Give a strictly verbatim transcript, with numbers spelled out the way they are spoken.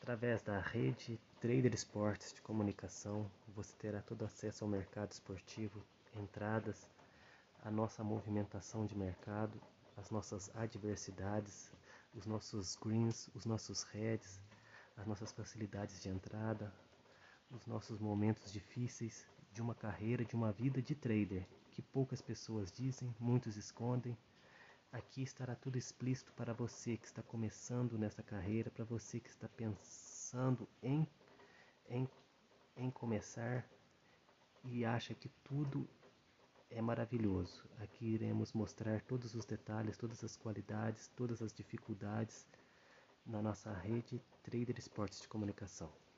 Através da rede Trader Esportes de Comunicação, você terá todo acesso ao mercado esportivo, entradas, a nossa movimentação de mercado, as nossas adversidades, os nossos greens, os nossos reds, as nossas facilidades de entrada, os nossos momentos difíceis de uma carreira, de uma vida de trader, que poucas pessoas dizem, muitos escondem. Aqui estará tudo explícito para você que está começando nessa carreira, para você que está pensando em, em, em começar e acha que tudo é maravilhoso. Aqui iremos mostrar todos os detalhes, todas as qualidades, todas as dificuldades na nossa rede Trader Esportes de Comunicação.